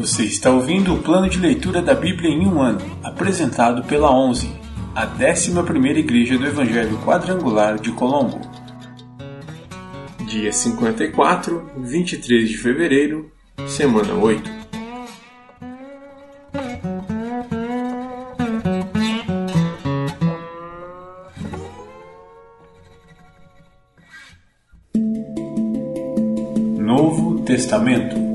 Você está ouvindo o plano de leitura da Bíblia em um ano, apresentado pela 11, a 11ª Igreja do Evangelho Quadrangular de Colombo. Dia 54, 23 de fevereiro, semana 8. Novo Testamento.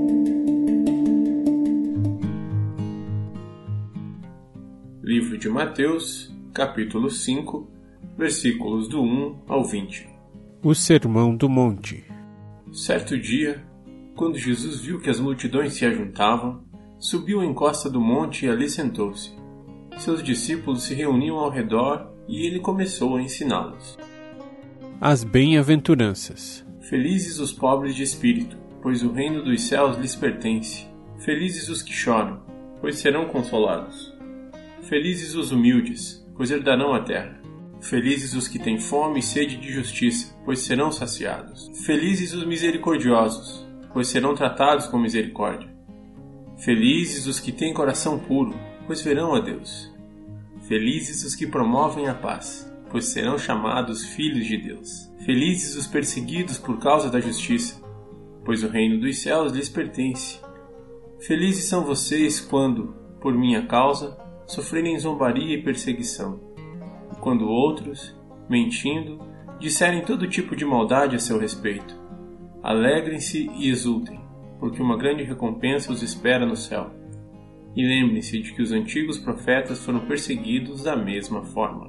Livro de Mateus, capítulo 5, versículos do 1 ao 20. O Sermão do Monte. Certo dia, quando Jesus viu que as multidões se ajuntavam, subiu à encosta do monte e ali sentou-se. Seus discípulos se reuniam ao redor e ele começou a ensiná-los. As bem-aventuranças. Felizes os pobres de espírito, pois o reino dos céus lhes pertence. Felizes os que choram, pois serão consolados. Felizes os humildes, pois herdarão a terra. Felizes os que têm fome e sede de justiça, pois serão saciados. Felizes os misericordiosos, pois serão tratados com misericórdia. Felizes os que têm coração puro, pois verão a Deus. Felizes os que promovem a paz, pois serão chamados filhos de Deus. Felizes os perseguidos por causa da justiça, pois o reino dos céus lhes pertence. Felizes são vocês quando, por minha causa, sofrerem zombaria e perseguição, e quando outros, mentindo, disserem todo tipo de maldade a seu respeito. Alegrem-se e exultem, porque uma grande recompensa os espera no céu. E lembrem-se de que os antigos profetas foram perseguidos da mesma forma.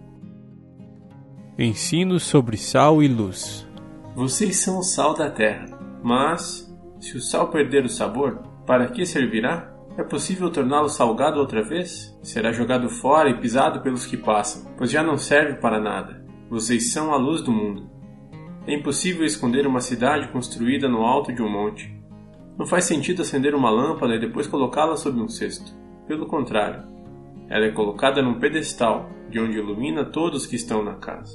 Ensino sobre sal e luz. Vocês são o sal da terra, mas, se o sal perder o sabor, para que servirá? É possível torná-lo salgado outra vez? Será jogado fora e pisado pelos que passam, pois já não serve para nada. Vocês são a luz do mundo. É impossível esconder uma cidade construída no alto de um monte. Não faz sentido acender uma lâmpada e depois colocá-la sob um cesto. Pelo contrário, ela é colocada num pedestal, de onde ilumina todos que estão na casa.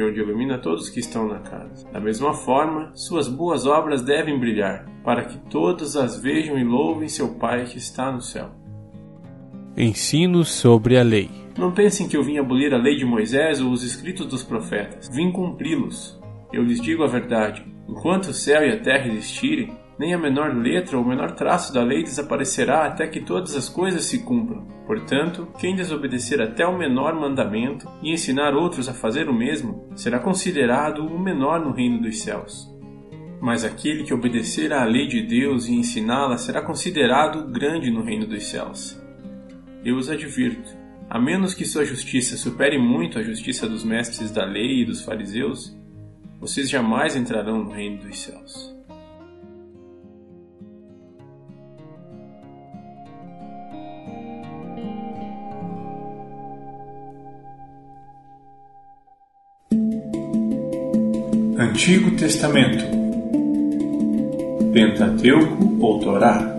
Da mesma forma, suas boas obras devem brilhar, para que todos as vejam e louvem seu Pai que está no céu. Ensino sobre a lei. Não pensem que eu vim abolir a lei de Moisés ou os escritos dos profetas. Vim cumpri-los. Eu lhes digo a verdade. Enquanto o céu e a terra existirem, nem a menor letra ou o menor traço da lei desaparecerá até que todas as coisas se cumpram. Portanto, quem desobedecer até o menor mandamento e ensinar outros a fazer o mesmo, será considerado o menor no reino dos céus. Mas aquele que obedecer à lei de Deus e ensiná-la será considerado grande no reino dos céus. Eu os advirto, a menos que sua justiça supere muito a justiça dos mestres da lei e dos fariseus, vocês jamais entrarão no reino dos céus. Antigo Testamento. Pentateuco ou Torá.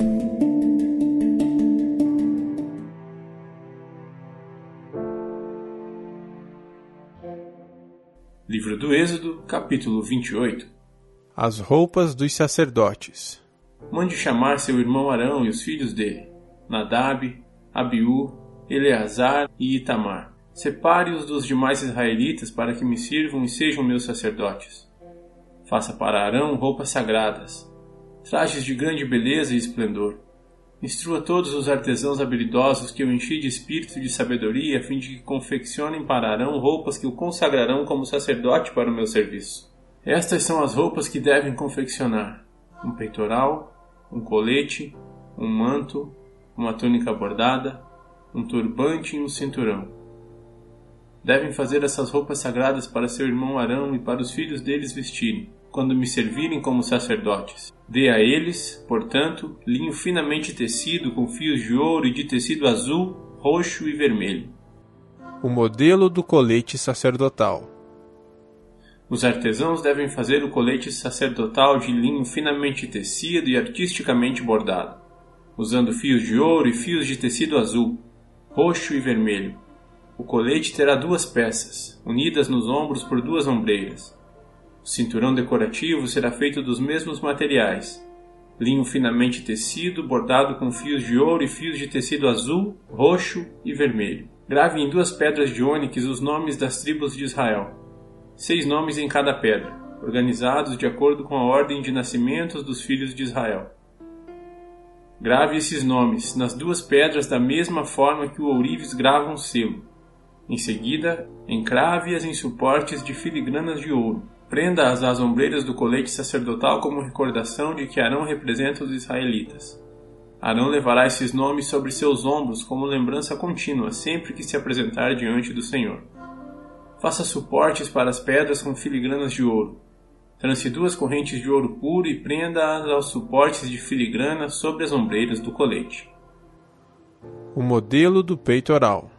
Livro do Êxodo, capítulo 28. As roupas dos sacerdotes. Mande chamar seu irmão Arão e os filhos dele, Nadab, Abiú, Eleazar e Itamar. Separe-os dos demais israelitas para que me sirvam e sejam meus sacerdotes. Faça para Arão roupas sagradas, trajes de grande beleza e esplendor. Instrua todos os artesãos habilidosos que eu enchi de espírito e de sabedoria, a fim de que confeccionem para Arão roupas que o consagrarão como sacerdote para o meu serviço. Estas são as roupas que devem confeccionar: um peitoral, um colete, um manto, uma túnica bordada, um turbante e um cinturão. Devem fazer essas roupas sagradas para seu irmão Arão e para os filhos deles vestirem, quando me servirem como sacerdotes. Dê a eles, portanto, linho finamente tecido com fios de ouro e de tecido azul, roxo e vermelho. O modelo do colete sacerdotal. Os artesãos devem fazer o colete sacerdotal de linho finamente tecido e artisticamente bordado, usando fios de ouro e fios de tecido azul, roxo e vermelho. O colete terá 2 peças, unidas nos ombros por 2 ombreiras. O cinturão decorativo será feito dos mesmos materiais, linho finamente tecido, bordado com fios de ouro e fios de tecido azul, roxo e vermelho. Grave em 2 pedras de ônix os nomes das tribos de Israel, 6 nomes em cada pedra, organizados de acordo com a ordem de nascimentos dos filhos de Israel. Grave esses nomes nas 2 pedras da mesma forma que o ourives grava um selo. Em seguida, encrave-as em suportes de filigranas de ouro. Prenda-as às ombreiras do colete sacerdotal como recordação de que Arão representa os israelitas. Arão levará esses nomes sobre seus ombros como lembrança contínua sempre que se apresentar diante do Senhor. Faça suportes para as pedras com filigranas de ouro. Trance 2 correntes de ouro puro e prenda-as aos suportes de filigrana sobre as ombreiras do colete. O modelo do peitoral.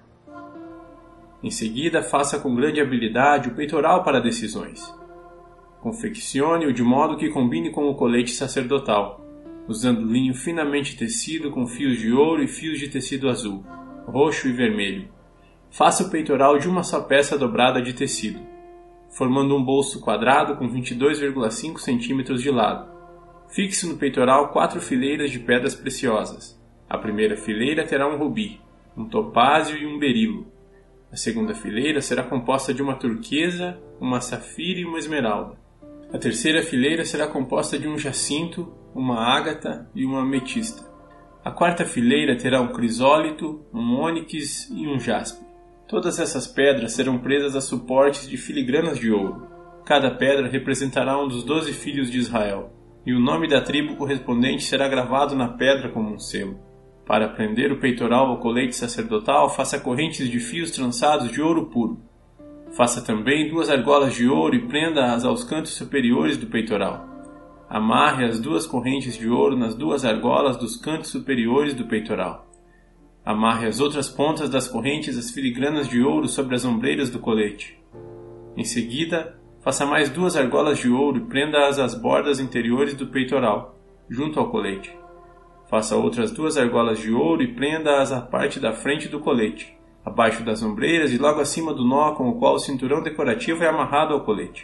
Em seguida, faça com grande habilidade o peitoral para decisões. Confeccione-o de modo que combine com o colete sacerdotal, usando linho finamente tecido com fios de ouro e fios de tecido azul, roxo e vermelho. Faça o peitoral de uma só peça dobrada de tecido, formando um bolso quadrado com 22,5 cm de lado. Fixe no peitoral 4 fileiras de pedras preciosas. A primeira fileira terá um rubi, um topázio e um berilo. A segunda fileira será composta de uma turquesa, uma safira e uma esmeralda. A terceira fileira será composta de um jacinto, uma ágata e uma ametista. A quarta fileira terá um crisólito, um ônix e um jaspe. Todas essas pedras serão presas a suportes de filigranas de ouro. Cada pedra representará um dos 12 filhos de Israel, e o nome da tribo correspondente será gravado na pedra como um selo. Para prender o peitoral ao colete sacerdotal, faça correntes de fios trançados de ouro puro. Faça também 2 argolas de ouro e prenda-as aos cantos superiores do peitoral. Amarre as 2 correntes de ouro nas 2 argolas dos cantos superiores do peitoral. Amarre as outras pontas das correntes às filigranas de ouro sobre as ombreiras do colete. Em seguida, faça mais 2 argolas de ouro e prenda-as às bordas interiores do peitoral, junto ao colete. Faça outras 2 argolas de ouro e prenda-as à parte da frente do colete, abaixo das ombreiras e logo acima do nó com o qual o cinturão decorativo é amarrado ao colete.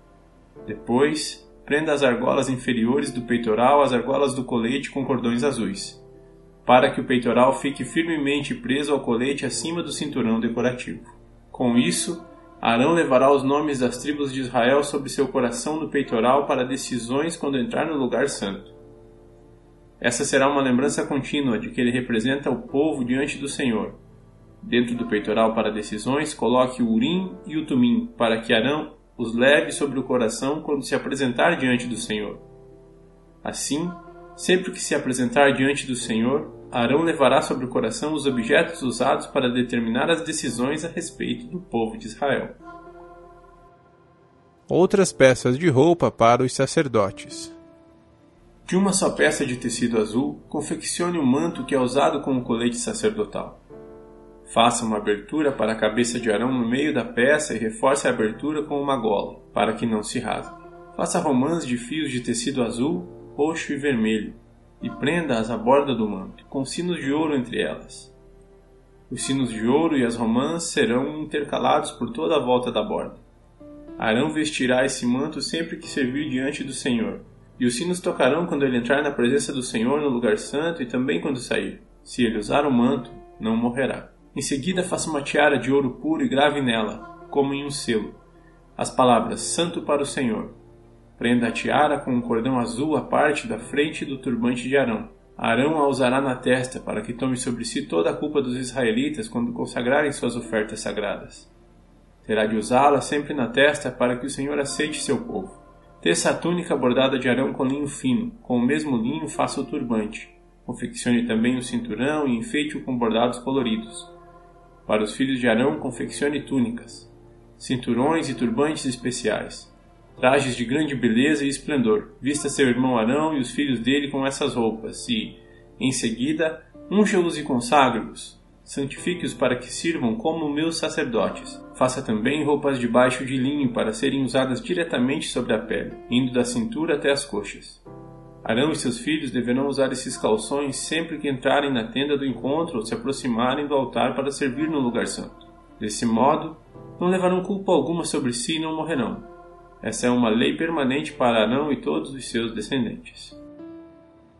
Depois, prenda as argolas inferiores do peitoral às argolas do colete com cordões azuis, para que o peitoral fique firmemente preso ao colete acima do cinturão decorativo. Com isso, Arão levará os nomes das tribos de Israel sobre seu coração no peitoral para decisões quando entrar no lugar santo. Essa será uma lembrança contínua de que ele representa o povo diante do Senhor. Dentro do peitoral para decisões, coloque o Urim e o Tumim, para que Arão os leve sobre o coração quando se apresentar diante do Senhor. Assim, sempre que se apresentar diante do Senhor, Arão levará sobre o coração os objetos usados para determinar as decisões a respeito do povo de Israel. Outras peças de roupa para os sacerdotes. De uma só peça de tecido azul, confeccione um manto que é usado com o colete sacerdotal. Faça uma abertura para a cabeça de Arão no meio da peça e reforce a abertura com uma gola, para que não se rasgue. Faça romãs de fios de tecido azul, roxo e vermelho, e prenda-as à borda do manto, com sinos de ouro entre elas. Os sinos de ouro e as romãs serão intercalados por toda a volta da borda. Arão vestirá esse manto sempre que servir diante do Senhor, e os sinos tocarão quando ele entrar na presença do Senhor no lugar santo e também quando sair. Se ele usar o manto, não morrerá. Em seguida, faça uma tiara de ouro puro e grave nela, como em um selo, as palavras Santo para o Senhor. Prenda a tiara com um cordão azul à parte da frente do turbante de Arão. Arão a usará na testa para que tome sobre si toda a culpa dos israelitas quando consagrarem suas ofertas sagradas. Terá de usá-la sempre na testa para que o Senhor aceite seu povo. Teça a túnica bordada de Arão com linho fino, com o mesmo linho faça o turbante. Confeccione também o cinturão e enfeite-o com bordados coloridos. Para os filhos de Arão, confeccione túnicas, cinturões e turbantes especiais, trajes de grande beleza e esplendor. Vista seu irmão Arão e os filhos dele com essas roupas e, em seguida, unja-os e consagre-os. Santifique-os para que sirvam como meus sacerdotes. Faça também roupas de baixo de linho para serem usadas diretamente sobre a pele, indo da cintura até as coxas. Arão e seus filhos deverão usar esses calções sempre que entrarem na tenda do encontro ou se aproximarem do altar para servir no lugar santo. Desse modo, não levarão culpa alguma sobre si e não morrerão. Essa é uma lei permanente para Arão e todos os seus descendentes.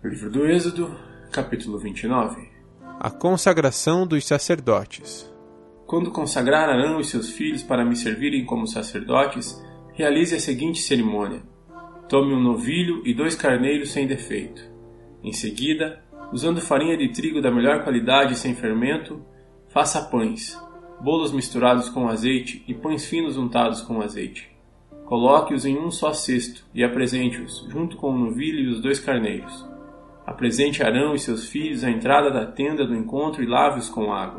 Livro do Êxodo, capítulo 29. A consagração dos sacerdotes. Quando consagrar Arão e seus filhos para me servirem como sacerdotes, realize a seguinte cerimônia. Tome um novilho e 2 carneiros sem defeito. Em seguida, usando farinha de trigo da melhor qualidade e sem fermento, faça pães, bolos misturados com azeite e pães finos untados com azeite. Coloque-os em um só cesto e apresente-os, junto com o novilho e os 2 carneiros. Apresente Arão e seus filhos à entrada da tenda do encontro e lave-os com água.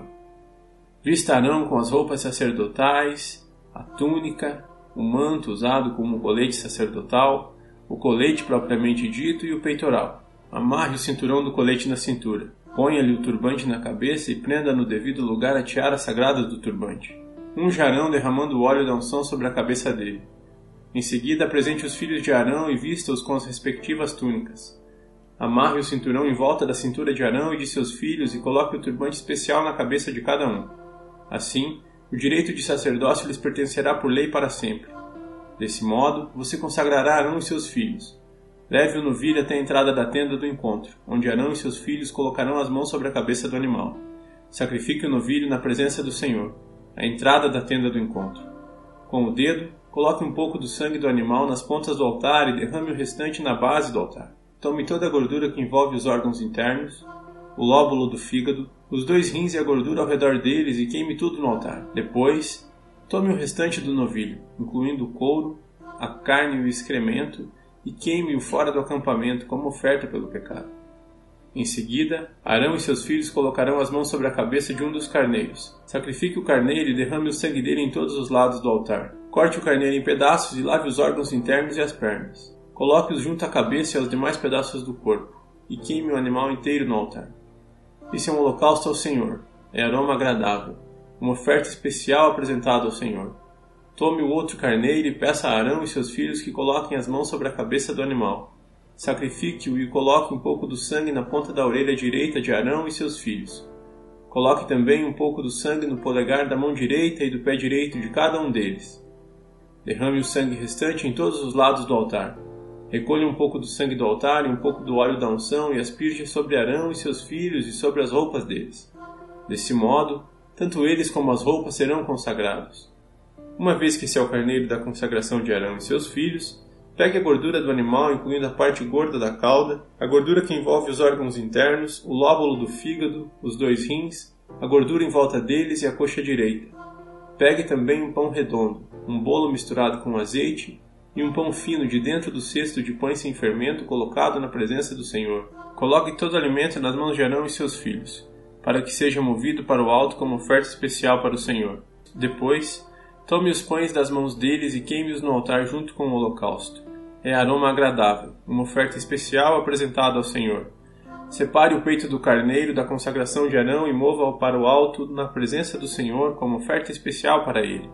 Vista Arão com as roupas sacerdotais, a túnica, o manto usado como colete sacerdotal, o colete propriamente dito e o peitoral. Amarre o cinturão do colete na cintura. Ponha-lhe o turbante na cabeça e prenda no devido lugar a tiara sagrada do turbante. Unja Arão derramando o óleo da unção sobre a cabeça dele. Em seguida, apresente os filhos de Arão e vista-os com as respectivas túnicas. Amarre o cinturão em volta da cintura de Arão e de seus filhos e coloque o turbante especial na cabeça de cada um. Assim, o direito de sacerdócio lhes pertencerá por lei para sempre. Desse modo, você consagrará Arão e seus filhos. Leve o novilho até a entrada da tenda do encontro, onde Arão e seus filhos colocarão as mãos sobre a cabeça do animal. Sacrifique o novilho na presença do Senhor, à entrada da tenda do encontro. Com o dedo, coloque um pouco do sangue do animal nas pontas do altar e derrame o restante na base do altar. Tome toda a gordura que envolve os órgãos internos, o lóbulo do fígado, os 2 rins e a gordura ao redor deles e queime tudo no altar. Depois, tome o restante do novilho, incluindo o couro, a carne e o excremento, e queime-o fora do acampamento como oferta pelo pecado. Em seguida, Arão e seus filhos colocarão as mãos sobre a cabeça de um dos carneiros. Sacrifique o carneiro e derrame o sangue dele em todos os lados do altar. Corte o carneiro em pedaços e lave os órgãos internos e as pernas. Coloque-os junto à cabeça e aos demais pedaços do corpo, e queime o animal inteiro no altar. Isso é um holocausto ao Senhor, é aroma agradável, uma oferta especial apresentada ao Senhor. Tome o outro carneiro e peça a Arão e seus filhos que coloquem as mãos sobre a cabeça do animal. Sacrifique-o e coloque um pouco do sangue na ponta da orelha direita de Arão e seus filhos. Coloque também um pouco do sangue no polegar da mão direita e do pé direito de cada um deles. Derrame o sangue restante em todos os lados do altar. Recolha um pouco do sangue do altar e um pouco do óleo da unção e asperge sobre Arão e seus filhos e sobre as roupas deles. Desse modo, tanto eles como as roupas serão consagrados. Uma vez que esse é o carneiro da consagração de Arão e seus filhos, pegue a gordura do animal, incluindo a parte gorda da cauda, a gordura que envolve os órgãos internos, o lóbulo do fígado, os 2 rins, a gordura em volta deles e a coxa direita. Pegue também um pão redondo, um bolo misturado com azeite e um pão fino de dentro do cesto de pães sem fermento colocado na presença do Senhor. Coloque todo o alimento nas mãos de Arão e seus filhos, para que seja movido para o alto como oferta especial para o Senhor. Depois, tome os pães das mãos deles e queime-os no altar junto com o holocausto. É aroma agradável, uma oferta especial apresentada ao Senhor. Separe o peito do carneiro da consagração de Arão e mova-o para o alto na presença do Senhor como oferta especial para ele.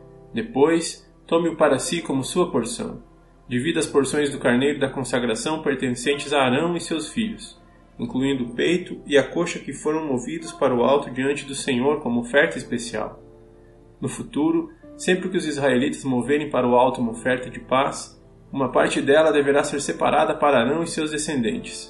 Depois, tome-o para si como sua porção. Divida as porções do carneiro da consagração pertencentes a Arão e seus filhos, incluindo o peito e a coxa que foram movidos para o alto diante do Senhor como oferta especial. No futuro, sempre que os israelitas moverem para o alto uma oferta de paz, uma parte dela deverá ser separada para Arão e seus descendentes.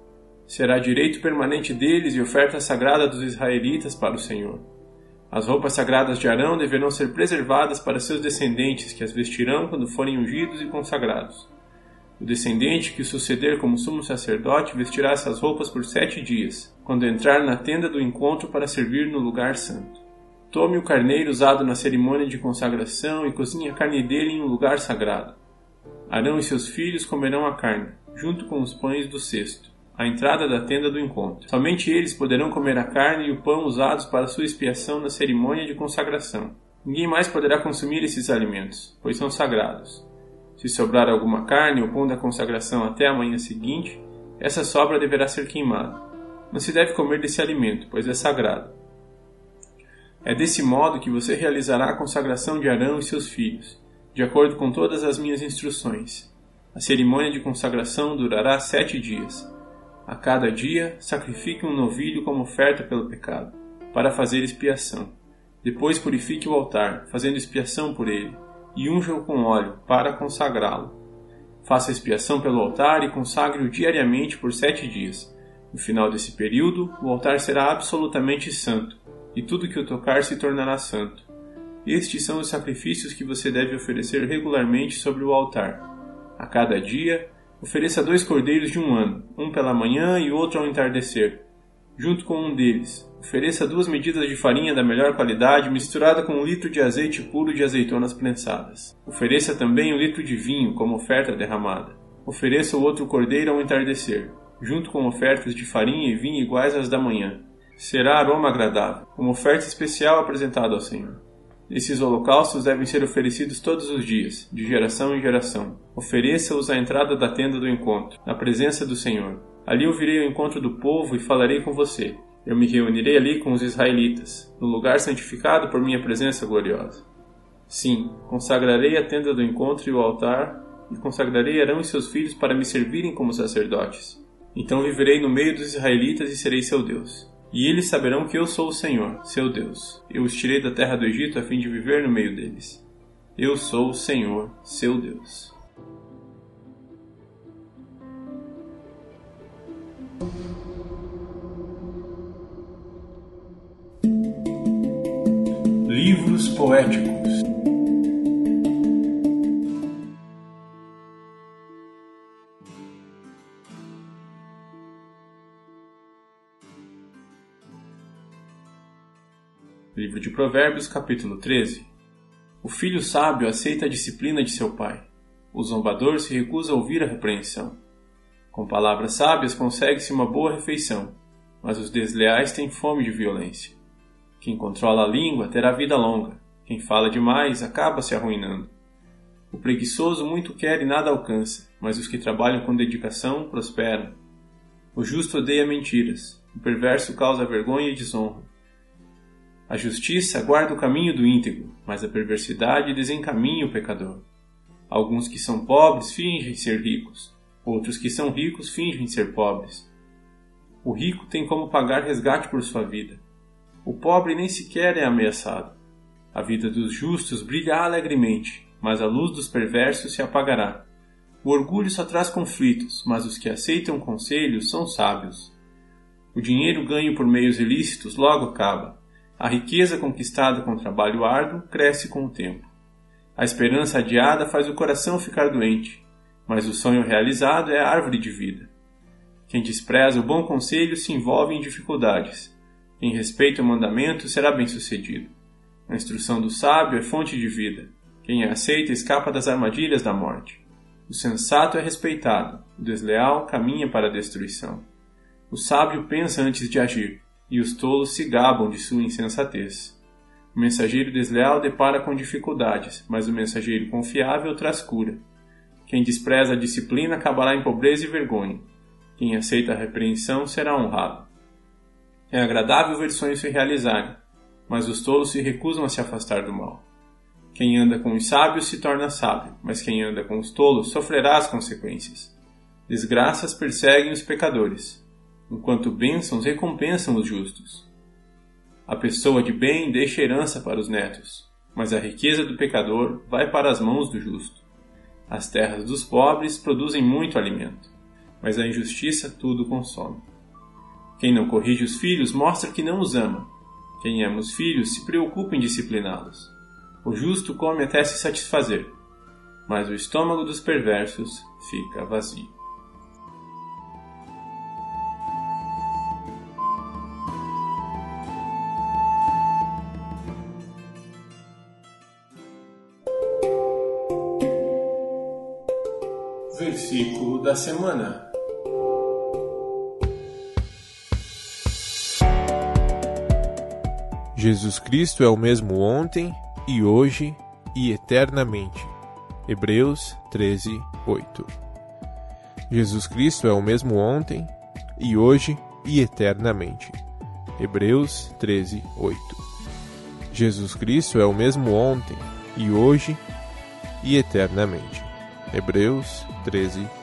Será direito permanente deles e oferta sagrada dos israelitas para o Senhor. As roupas sagradas de Arão deverão ser preservadas para seus descendentes, que as vestirão quando forem ungidos e consagrados. O descendente que o suceder como sumo sacerdote vestirá essas roupas por 7 dias, quando entrar na tenda do encontro para servir no lugar santo. Tome o carneiro usado na cerimônia de consagração e cozinhe a carne dele em um lugar sagrado. Arão e seus filhos comerão a carne, junto com os pães do cesto, à entrada da tenda do encontro. Somente eles poderão comer a carne e o pão usados para sua expiação na cerimônia de consagração. Ninguém mais poderá consumir esses alimentos, pois são sagrados. Se sobrar alguma carne ou pão da consagração até a manhã seguinte, essa sobra deverá ser queimada. Não se deve comer desse alimento, pois é sagrado. É desse modo que você realizará a consagração de Arão e seus filhos, de acordo com todas as minhas instruções. A cerimônia de consagração durará 7 dias. A cada dia, sacrifique um novilho como oferta pelo pecado, para fazer expiação. Depois purifique o altar, fazendo expiação por ele, e unja-o com óleo, para consagrá-lo. Faça expiação pelo altar e consagre-o diariamente por 7 dias. No final desse período, o altar será absolutamente santo, e tudo que o tocar se tornará santo. Estes são os sacrifícios que você deve oferecer regularmente sobre o altar. A cada dia, ofereça 2 cordeiros de 1 ano, um pela manhã e outro ao entardecer. Junto com um deles, ofereça 2 medidas de farinha da melhor qualidade misturada com 1 litro de azeite puro de azeitonas prensadas. Ofereça também 1 litro de vinho como oferta derramada. Ofereça o outro cordeiro ao entardecer, junto com ofertas de farinha e vinho iguais às da manhã. Será aroma agradável, uma oferta especial apresentada ao Senhor. Esses holocaustos devem ser oferecidos todos os dias, de geração em geração. Ofereça-os à entrada da tenda do encontro, na presença do Senhor. Ali eu virei ao encontro do povo e falarei com você. Eu me reunirei ali com os israelitas, no lugar santificado por minha presença gloriosa. Sim, consagrarei a tenda do encontro e o altar, e consagrarei Arão e seus filhos para me servirem como sacerdotes. Então viverei no meio dos israelitas e serei seu Deus. E eles saberão que eu sou o Senhor, seu Deus. Eu os tirei da terra do Egito a fim de viver no meio deles. Eu sou o Senhor, seu Deus. Livros poéticos. Livro de Provérbios, capítulo 13. O filho sábio aceita a disciplina de seu pai. O zombador se recusa a ouvir a repreensão. Com palavras sábias consegue-se uma boa refeição, mas os desleais têm fome de violência. Quem controla a língua terá vida longa. Quem fala demais acaba se arruinando. O preguiçoso muito quer e nada alcança, mas os que trabalham com dedicação prosperam. O justo odeia mentiras. O perverso causa vergonha e desonra. A justiça guarda o caminho do íntegro, mas a perversidade desencaminha o pecador. Alguns que são pobres fingem ser ricos, outros que são ricos fingem ser pobres. O rico tem como pagar resgate por sua vida. O pobre nem sequer é ameaçado. A vida dos justos brilha alegremente, mas a luz dos perversos se apagará. O orgulho só traz conflitos, mas os que aceitam conselhos são sábios. O dinheiro ganho por meios ilícitos logo acaba. A riqueza conquistada com trabalho árduo cresce com o tempo. A esperança adiada faz o coração ficar doente, mas o sonho realizado é a árvore de vida. Quem despreza o bom conselho se envolve em dificuldades. Quem respeita o mandamento será bem-sucedido. A instrução do sábio é fonte de vida. Quem a aceita escapa das armadilhas da morte. O sensato é respeitado, o desleal caminha para a destruição. O sábio pensa antes de agir, e os tolos se gabam de sua insensatez. O mensageiro desleal depara com dificuldades, mas o mensageiro confiável traz cura. Quem despreza a disciplina acabará em pobreza e vergonha. Quem aceita a repreensão será honrado. É agradável ver sonhos se realizarem, mas os tolos se recusam a se afastar do mal. Quem anda com os sábios se torna sábio, mas quem anda com os tolos sofrerá as consequências. Desgraças perseguem os pecadores, enquanto bênçãos recompensam os justos. A pessoa de bem deixa herança para os netos, mas a riqueza do pecador vai para as mãos do justo. As terras dos pobres produzem muito alimento, mas a injustiça tudo consome. Quem não corrige os filhos mostra que não os ama. Quem ama os filhos se preocupa em discipliná-los. O justo come até se satisfazer, mas o estômago dos perversos fica vazio. Versículo da semana. Jesus Cristo é o mesmo ontem e hoje e eternamente. Hebreus 13, 8. Jesus Cristo é o mesmo ontem e hoje e eternamente. Hebreus 13, 8. Jesus Cristo é o mesmo ontem e hoje e eternamente. Hebreus 13,